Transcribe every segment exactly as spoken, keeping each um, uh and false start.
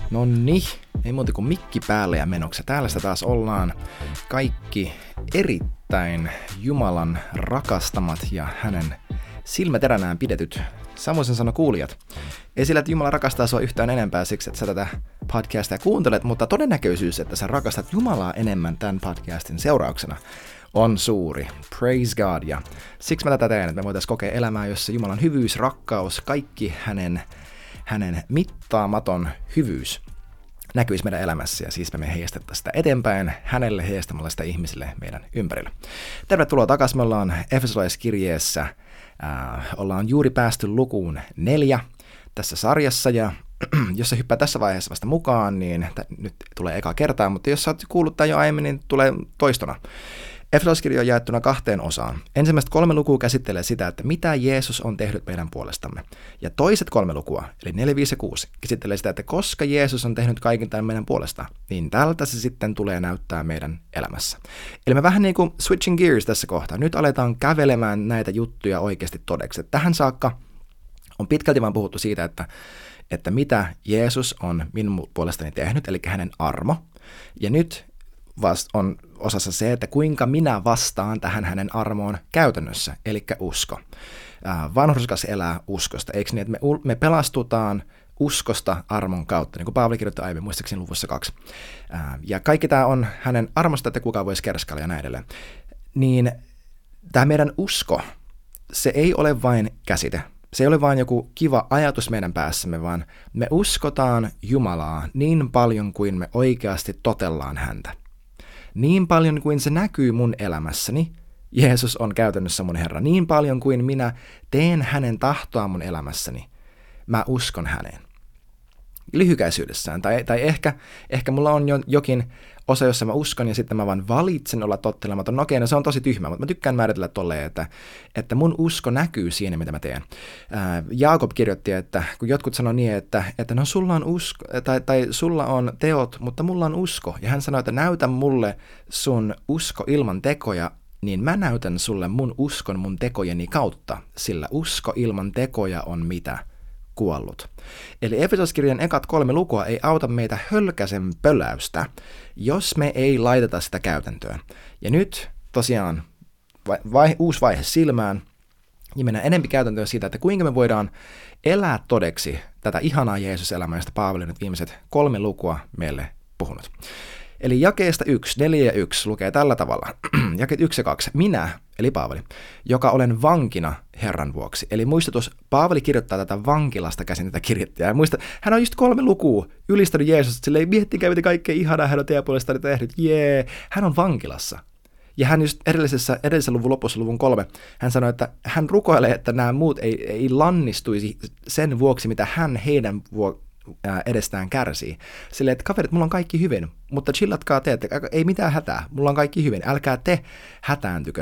No niin, ei muuta kuin mikki päälle ja menoksi. Täällä sitä taas ollaan kaikki erittäin Jumalan rakastamat ja hänen silmäteränään pidetyt Samoisen sano kuulijat. Ei sillä, että Jumala rakastaa sua yhtään enempää siksi, että sä tätä podcastia kuuntelet, mutta todennäköisyys, että sä rakastat Jumalaa enemmän tämän podcastin seurauksena on suuri. Praise God. Ja siksi mä tätä teen, että me voitaisiin kokea elämää, jossa Jumalan hyvyys, rakkaus, kaikki hänen, hänen mittaamaton hyvyys näkyisi meidän elämässä, ja siis me heijastettaisiin sitä eteenpäin hänelle heijastamalla sitä ihmisille meidän ympärillä. Tervetuloa takaisin, me ollaan Efesolaiskirjeessä, äh, ollaan juuri päästy lukuun neljä tässä sarjassa, ja jos sä hyppää tässä vaiheessa vasta mukaan, niin t- nyt tulee eka kertaa, mutta jos sä oot kuullut tämän jo aiemmin, niin tulee toistona. Efesolaiskirja on jaettuna kahteen osaan. Ensimmäiset kolme lukua käsittelee sitä, että mitä Jeesus on tehnyt meidän puolestamme. Ja toiset kolme lukua, eli neljä, viisi ja kuusi, käsittelee sitä, että koska Jeesus on tehnyt kaiken tämän meidän puolesta, niin tältä se sitten tulee näyttää meidän elämässä. Eli me vähän niin kuin switching gears tässä kohtaa. Nyt aletaan kävelemään näitä juttuja oikeasti todeksi. Tähän saakka on pitkälti vaan puhuttu siitä, että, että mitä Jeesus on minun puolestani tehnyt, eli hänen armo. Ja nyt vast on osassa se, että kuinka minä vastaan tähän hänen armoon käytännössä, eli usko. Vanhurskas elää uskosta, eikö niin, että me, me pelastutaan uskosta armon kautta, niin kuin Paavali kirjoittaa aiemmin, muistaakseni luvussa kaksi. Ja kaikki tämä on hänen armosta, että kukaan voisi kerskailla ja näin edelleen. Niin tämä meidän usko, se ei ole vain käsite. Se ei ole vain joku kiva ajatus meidän päässämme, vaan me uskotaan Jumalaa niin paljon kuin me oikeasti totellaan häntä. Niin paljon kuin se näkyy mun elämässäni, Jeesus on käytännössä mun Herra. Niin paljon kuin minä teen hänen tahtoa mun elämässäni, mä uskon häneen. Lyhykäisyydessään. Tai, tai ehkä, ehkä mulla on jo, jokin osa, jossa mä uskon ja sitten mä vaan valitsen olla tottelematon. No okei, no se on tosi tyhmä, mutta mä tykkään määritellä tolleen, että, että mun usko näkyy siinä, mitä mä teen. Ää, Jaakob kirjoitti, että kun jotkut sanoo niin, että, että no sulla on usko, tai, tai sulla on teot, mutta mulla on usko. Ja hän sanoi, että näytä mulle sun usko ilman tekoja, niin mä näytän sulle mun uskon mun tekojeni kautta, sillä usko ilman tekoja on mitä? Kuollut. Eli Efesolaiskirjan ekat kolme lukua ei auta meitä hölkäsen pöläystä, jos me ei laiteta sitä käytäntöön. Ja nyt tosiaan vai, vai, uusi vaihe silmään, ja mennään enempi käytäntöön siitä, että kuinka me voidaan elää todeksi tätä ihanaa Jeesus-elämää, josta Paavali nyt viimeiset kolme lukua meille puhunut. Eli jakeesta yksi, neljä ja yksi lukee tällä tavalla. Jakeet yksi ja kaksi. Minä, eli Paavali, joka olen vankina Herran vuoksi. Eli muistutus, Paavali kirjoittaa tätä vankilasta käsin tätä kirjoittajaa. Muista, hän on just kolme lukua ylistänyt Jeesusta, silleen miettikää mitä kaikkea ihanaa hän on teidän puolestani tehnyt. Jee, hän on vankilassa. Ja hän just edellisessä, edellisessä luvun lopussa, luvun kolme, hän sanoi, että hän rukoilee, että nämä muut ei, ei lannistuisi sen vuoksi, mitä hän heidän vuoksi edestään kärsii. Silleen, että kaverit, mulla on kaikki hyvin, mutta chillatkaa te, että ei mitään hätää, mulla on kaikki hyvin, älkää te hätääntykö.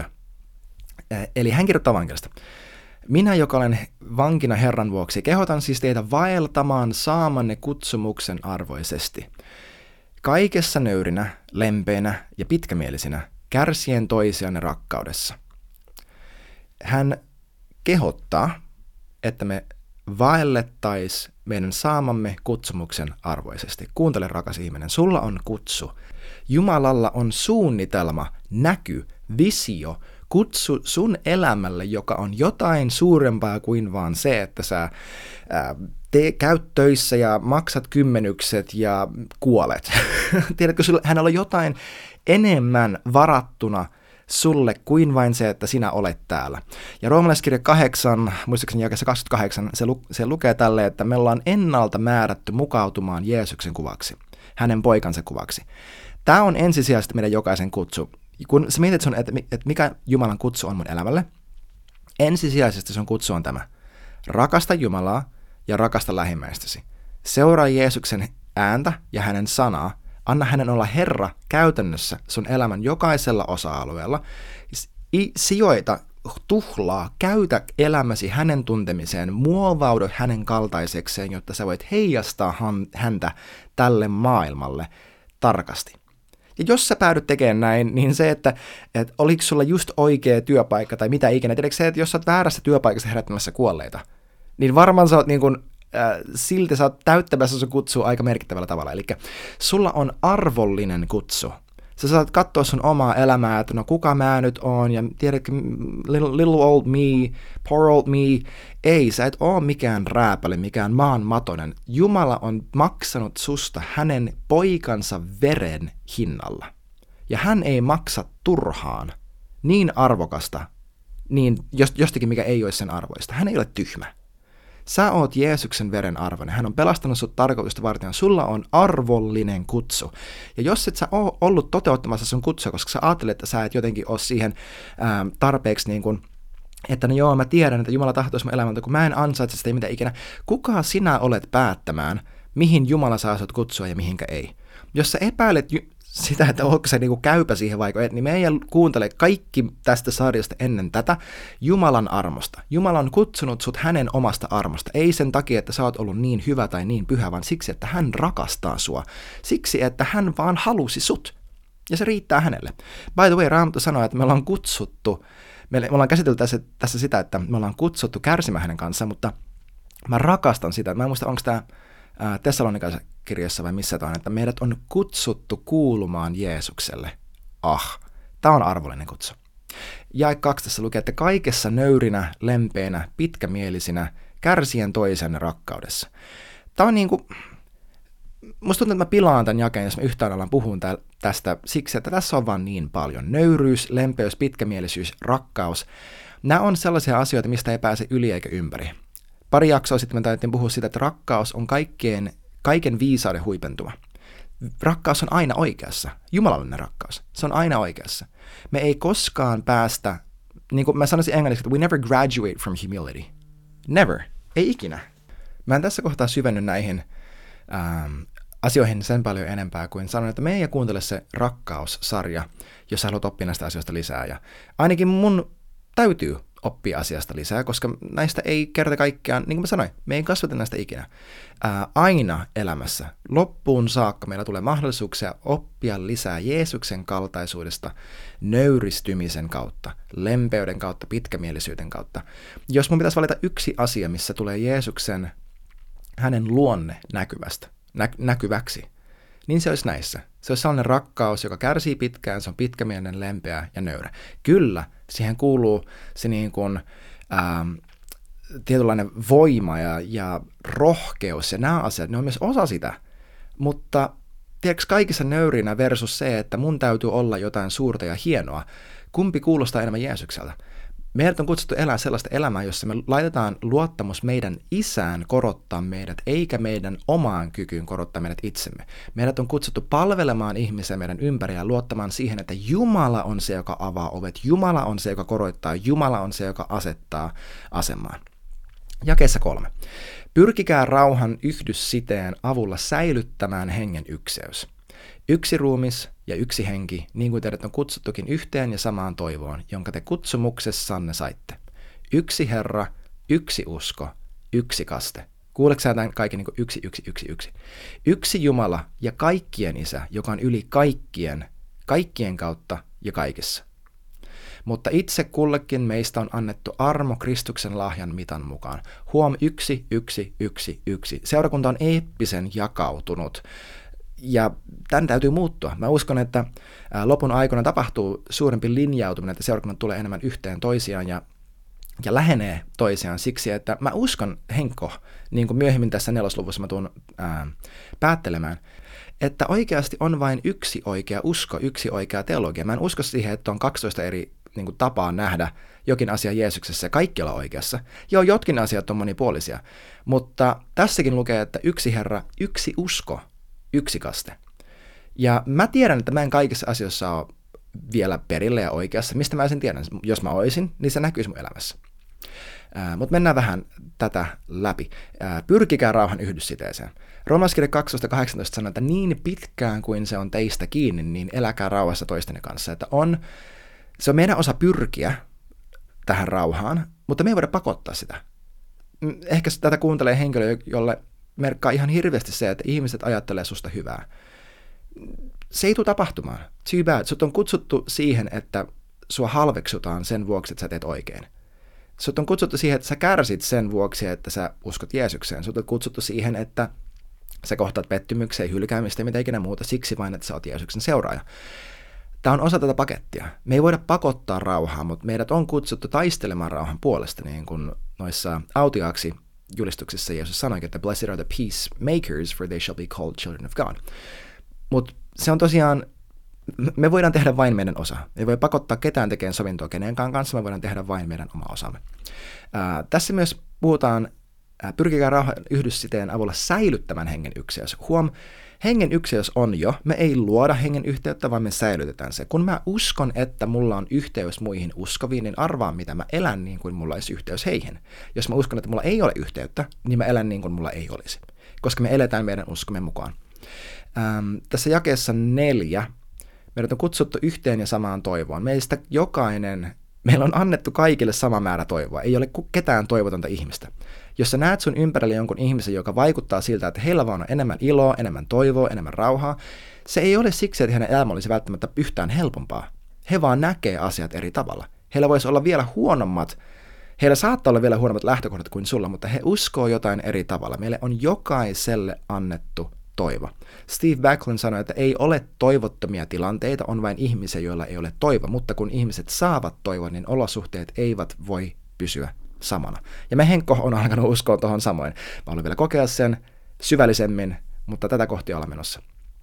Eli hän kirjoittaa vankilasta. Minä, joka olen vankina Herran vuoksi, kehotan siis teitä vaeltamaan saamanne kutsumuksen arvoisesti. Kaikessa nöyrinä, lempeinä ja pitkämielisinä, kärsien toisianne rakkaudessa. Hän kehottaa, että me vaellettaisiin meidän saamamme kutsumuksen arvoisesti. Kuuntele, rakas ihminen, sulla on kutsu. Jumalalla on suunnitelma, näky, visio, kutsu sun elämälle, joka on jotain suurempaa kuin vaan se, että sä ää, te, käyt töissä ja maksat kymmenykset ja kuolet. Tiedätkö, sulla, hänellä on jotain enemmän varattuna sulle kuin vain se, että sinä olet täällä. Ja Roomalaiskirja kahdeksan, muistaakseni jakeessa kaksikymmentäkahdeksan, se, lu, se lukee tälleen, että me ollaan ennalta määrätty mukautumaan Jeesuksen kuvaksi, hänen poikansa kuvaksi. Tämä on ensisijaisesti meidän jokaisen kutsu. Kun sä mietit sun, että, että mikä Jumalan kutsu on mun elämälle, ensisijaisesti sun kutsu on tämä. Rakasta Jumalaa ja rakasta lähimmäistäsi. Seuraa Jeesuksen ääntä ja hänen sanaa. Anna hänen olla Herra käytännössä sun elämän jokaisella osa-alueella. Sijoita, tuhlaa, käytä elämäsi hänen tuntemiseen, muovaudu hänen kaltaisekseen, jotta sä voit heijastaa häntä tälle maailmalle tarkasti. Ja jos sä päädyt tekemään näin, niin se, että, että oliko sulla just oikea työpaikka tai mitä ikinä, tiedätkö se, että jos sä oot väärässä työpaikassa herättämässä kuolleita, niin varmaan sä oot niin kuin äh, silti sä oot täyttämässä sun kutsua aika merkittävällä tavalla. Eli sulla on arvollinen kutsu. Sä saat katsoa sun omaa elämää, että no kuka mä nyt oon, ja tiedätkö, little, little old me, poor old me. Ei, sä et oo mikään rääpäli, mikään maanmatonen. Jumala on maksanut susta hänen poikansa veren hinnalla. Ja hän ei maksa turhaan niin arvokasta, niin jostakin mikä ei ole sen arvoista. Hän ei ole tyhmä. Sä oot Jeesuksen veren arvoinen. Hän on pelastanut sut tarkoitusta varten. Sulla on arvollinen kutsu. Ja jos et sä oo ollut toteuttamassa sun kutsua, koska sä ajattelet, että sä et jotenkin ole siihen ää, tarpeeksi niin kuin, että no joo, mä tiedän, että Jumala tahtoisi mun elämältä, kun mä en ansaitse sitä mitä ikinä. Kuka sinä olet päättämään, mihin Jumala saa sut kutsua ja mihinkä ei? Jos sä epäilet sitä, että onko se niinku käypä siihen vai et, niin meidän kuuntele kaikki tästä sarjasta ennen tätä Jumalan armosta. Jumala on kutsunut sut hänen omasta armosta. Ei sen takia, että sä oot ollut niin hyvä tai niin pyhä, vaan siksi, että hän rakastaa sua. Siksi, että hän vaan halusi sut. Ja se riittää hänelle. By the way, Raamattu sanoo, että me ollaan kutsuttu, me ollaan käsitelty tässä, tässä sitä, että me ollaan kutsuttu kärsimään hänen kanssaan, mutta mä rakastan sitä. Mä en muista, onko tämä Tessalonikaisen kirjassa vai missä tämä on, että meidät on kutsuttu kuulumaan Jeesukselle. Ah, tämä on arvollinen kutsu. Jae kaksi tässä lukee, että kaikessa nöyrinä, lempeinä, pitkämielisinä, kärsien toisen rakkaudessa. Tämä on niin kuin, musta tuntuu, että mä pilaan tämän jakeen, jos mä yhtään alan puhun tästä siksi, että tässä on vaan niin paljon. Nöyryys, lempeys, pitkämielisyys, rakkaus. Nämä on sellaisia asioita, mistä ei pääse yli eikä ympäri. Pari jaksoa sitten me taidettiin puhua siitä, että rakkaus on kaikkien, kaiken viisauden huipentuma. Rakkaus on aina oikeassa. Jumalallinen rakkaus. Se on aina oikeassa. Me ei koskaan päästä, niin kuin mä sanoisin englanniksi, että we never graduate from humility. Never. Ei ikinä. Mä en tässä kohtaa syvennyt näihin ähm, asioihin sen paljon enempää kuin sanon, että mene ja kuuntele se Rakkaus-sarja, jos sä haluat oppia näistä asioista lisää. Ja ainakin mun täytyy oppia asiasta lisää, koska näistä ei kerta kaikkiaan, niin kuin mä sanoin, me ei kasvata näistä ikinä. Ää, aina elämässä, loppuun saakka meillä tulee mahdollisuuksia oppia lisää Jeesuksen kaltaisuudesta nöyristymisen kautta, lempeyden kautta, pitkämielisyyden kautta. Jos mun pitäisi valita yksi asia, missä tulee Jeesuksen, hänen luonne näkyvästä, nä- näkyväksi, niin se olisi näissä. Se olisi sellainen rakkaus, joka kärsii pitkään, se on pitkämielinen, lempeä ja nöyrä. Kyllä, siihen kuuluu se niin kuin, ähm, tietynlainen voima ja, ja rohkeus ja nämä asiat, ne on myös osa sitä. Mutta tiedätkö, kaikissa nöyrinä versus se, että mun täytyy olla jotain suurta ja hienoa, kumpi kuulostaa enemmän Jeesukselta? Meidät on kutsuttu elää sellaista elämää, jossa me laitetaan luottamus meidän isään korottaa meidät, eikä meidän omaan kykyyn korottaa meidät itsemme. Meidät on kutsuttu palvelemaan ihmisiä meidän ympäri ja luottamaan siihen, että Jumala on se, joka avaa ovet, Jumala on se, joka korottaa, Jumala on se, joka asettaa asemaan. Jakeessa kolme. Pyrkikää rauhan yhdyssiteen avulla säilyttämään hengen ykseys. Yksi ruumis ja yksi henki, niin kuin teidät on kutsuttukin yhteen ja samaan toivoon, jonka te kutsumuksessanne saitte. Yksi Herra, yksi usko, yksi kaste. Kuuleeko sä tämän kaiken niin kuin yksi, yksi, yksi, yksi? Yksi Jumala ja kaikkien Isä, joka on yli kaikkien, kaikkien kautta ja kaikessa. Mutta itse kullekin meistä on annettu armo Kristuksen lahjan mitan mukaan. Huom, yksi, yksi, yksi, yksi. Seurakunta on eeppisen jakautunut. Ja tämän täytyy muuttua. Mä uskon, että lopun aikana tapahtuu suurempi linjautuminen, että seurakunnat tulee enemmän yhteen toisiaan ja, ja lähenee toisiaan siksi, että mä uskon, Henkko, niin kuin myöhemmin tässä nelosluvussa mä tuun ää, päättelemään, että oikeasti on vain yksi oikea usko, yksi oikea teologia. Mä en usko siihen, että on kaksitoista eri niin kuin tapaa nähdä jokin asia Jeesuksessa ja kaikki olla oikeassa. Joo, jotkin asiat on monipuolisia, mutta tässäkin lukee, että yksi Herra, yksi usko, yksi kaste. Ja mä tiedän, että mä en kaikissa asioissa ole vielä perillä ja oikeassa. Mistä mä sen tiedän? Jos mä oisin, niin se näkyisi mun elämässä. Mutta mennään vähän tätä läpi. Ää, pyrkikää rauhan yhdyssiteeseen. Roomalaiskirja kaksitoista kahdeksantoista sanoo, että niin pitkään kuin se on teistä kiinni, niin eläkää rauhassa toistenne kanssa. Että on, se on meidän osa pyrkiä tähän rauhaan, mutta me ei voida pakottaa sitä. Ehkä tätä kuuntelee henkilö, jolle merkkaa ihan hirveästi se, että ihmiset ajattelee susta hyvää. Se ei tule tapahtumaan. Too bad. Sut on kutsuttu siihen, että sua halveksutaan sen vuoksi, että sä teet oikein. Sut on kutsuttu siihen, että sä kärsit sen vuoksi, että sä uskot Jeesukseen. Sut on kutsuttu siihen, että sä kohtaat pettymykseen, hylkäämistä ja mitä ikinä muuta siksi vain, että sä oot Jeesuksen seuraaja. Tämä on osa tätä pakettia. Me ei voida pakottaa rauhaa, mutta meidät on kutsuttu taistelemaan rauhan puolesta, niin kuin noissa autiaaksi julistuksissa Jeesus sanoi, että blessed are the peacemakers, for they shall be called children of God. Mutta se on tosiaan, me voidaan tehdä vain meidän osa. Me ei voi pakottaa ketään tekemään sovintoa kenenkään kanssa, me voidaan tehdä vain meidän oma osamme. Ää, tässä myös puhutaan, ää, pyrkikää rauhan yhdyssiteen avulla säilyttämään hengen ykseys. Huom, hengen ykseys on jo, me ei luoda hengen yhteyttä, vaan me säilytetään se. Kun mä uskon, että mulla on yhteys muihin uskoviin, niin arvaan, mitä mä elän niin kuin mulla olisi yhteys heihin. Jos mä uskon, että mulla ei ole yhteyttä, niin mä elän niin kuin mulla ei olisi. Koska me eletään meidän uskomme mukaan. Ähm, tässä jakeessa neljä meidät on kutsuttu yhteen ja samaan toivoon. Meistä jokainen, meillä on annettu kaikille sama määrä toivoa. Ei ole ketään toivotonta ihmistä. Jos sä näet sun ympärillä jonkun ihmisen, joka vaikuttaa siltä, että heillä vaan on enemmän iloa, enemmän toivoa, enemmän rauhaa, se ei ole siksi, että hänen elämä olisi välttämättä yhtään helpompaa. He vaan näkee asiat eri tavalla. Heillä voisi olla vielä huonommat, heillä saattaa olla vielä huonommat lähtökohdat kuin sulla, mutta he uskoo jotain eri tavalla. Meille on jokaiselle annettu toivo. Steve Backlund sanoi, että ei ole toivottomia tilanteita, on vain ihmisiä, joilla ei ole toivo, mutta kun ihmiset saavat toivon, niin olosuhteet eivät voi pysyä samana. Ja me Henkko on alkanut uskoa tuohon samoin. Mä haluan vielä kokea sen syvällisemmin, mutta tätä kohti ollaan menossa.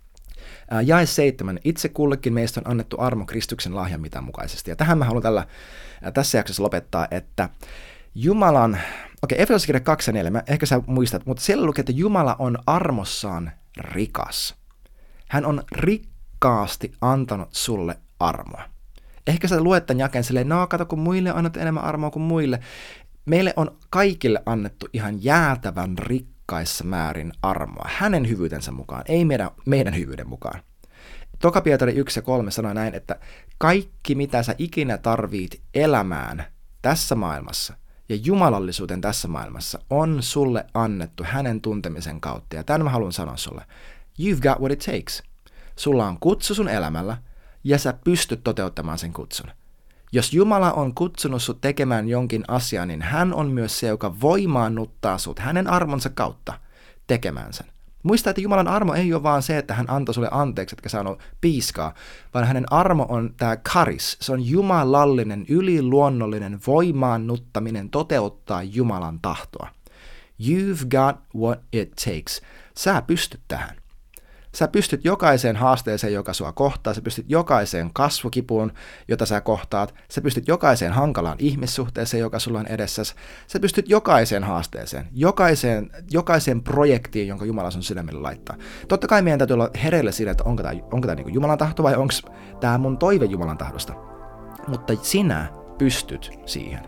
Ää, jae seitsemän. Itse kullekin meistä on annettu armo Kristuksen lahjan mitan mukaisesti. Ja tähän mä haluan tällä, ää, tässä jaksossa lopettaa, että Jumalan, okei, okay, Efesoskirja kaksi ja neljä, mä ehkä sä muistat, mutta siellä lukee, että Jumala on armossaan rikas. Hän on rikkaasti antanut sulle armoa. Ehkä sä luet tämän jakeen silleen, no kato, kun muille on annettu enemmän armoa kuin muille. Meille on kaikille annettu ihan jäätävän rikkaissa määrin armoa. Hänen hyvyytensä mukaan, ei meidän, meidän hyvyyden mukaan. Toka Pietari yksi ja kolme sanoo näin, että kaikki mitä sä ikinä tarvit elämään tässä maailmassa ja jumalallisuuden tässä maailmassa on sulle annettu hänen tuntemisen kautta. Ja tämän mä haluan sanoa sulle. You've got what it takes. Sulla on kutsu sun elämällä ja sä pystyt toteuttamaan sen kutsun. Jos Jumala on kutsunut sut tekemään jonkin asian, niin hän on myös se, joka voimaannuttaa sut hänen armonsa kautta tekemään sen. Muista, että Jumalan armo ei ole vaan se, että hän antoi sulle anteeksi, etkä saanut piiskaa, vaan hänen armo on tämä karis. Se on jumalallinen, yliluonnollinen voimaannuttaminen toteuttaa Jumalan tahtoa. You've got what it takes. Sä pystyt tähän. Sä pystyt jokaiseen haasteeseen, joka sua kohtaa. Sä pystyt jokaiseen kasvukipuun, jota sä kohtaat. Sä pystyt jokaiseen hankalaan ihmissuhteeseen, joka sulla on edessäsi. Sä pystyt jokaiseen haasteeseen, jokaiseen, jokaiseen projektiin, jonka Jumala sun sydämelle laittaa. Totta kai meidän täytyy olla hereillä siinä, että onko tämä, onko tämä niin kuin Jumalan tahto vai onko tämä mun toive Jumalan tahdosta. Mutta sinä pystyt siihen.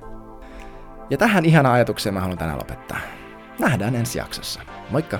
Ja tähän ihanaan ajatukseen mä haluan tänään lopettaa. Nähdään ensi jaksossa. Moikka!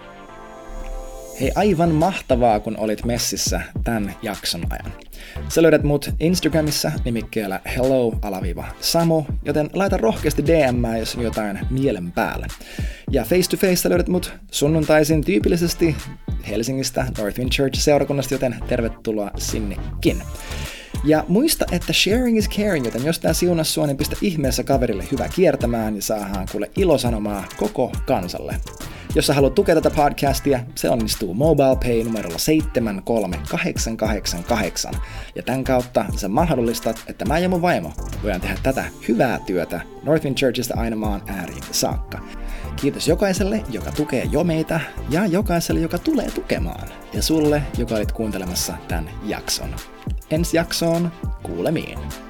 Hei, aivan mahtavaa, kun olit messissä tämän jakson ajan. Sä löydät mut Instagramissa nimikkeellä hello-samu, joten laita rohkeasti D M:ää, jos on jotain mielen päällä. Ja face to face löydät mut sunnuntaisin tyypillisesti Helsingistä Northwind Church-seurakunnasta, joten tervetuloa sinnekin. Ja muista, että sharing is caring, joten jos tää siunas sua, niin pistä ihmeessä kaverille hyvä kiertämään ja saadaan kuule ilosanomaa koko kansalle. Jos sä haluat tukea tätä podcastia, se onnistuu MobilePay numerolla seitsemän kolme kahdeksan kahdeksan kahdeksan. Ja tämän kautta sä mahdollistat, että mä ja mun vaimo voidaan tehdä tätä hyvää työtä Northwind Churchista aina maan ääriin saakka. Kiitos jokaiselle, joka tukee jo meitä, ja jokaiselle, joka tulee tukemaan. Ja sulle, joka olit kuuntelemassa tämän jakson. Ensi jaksoon kuulemiin.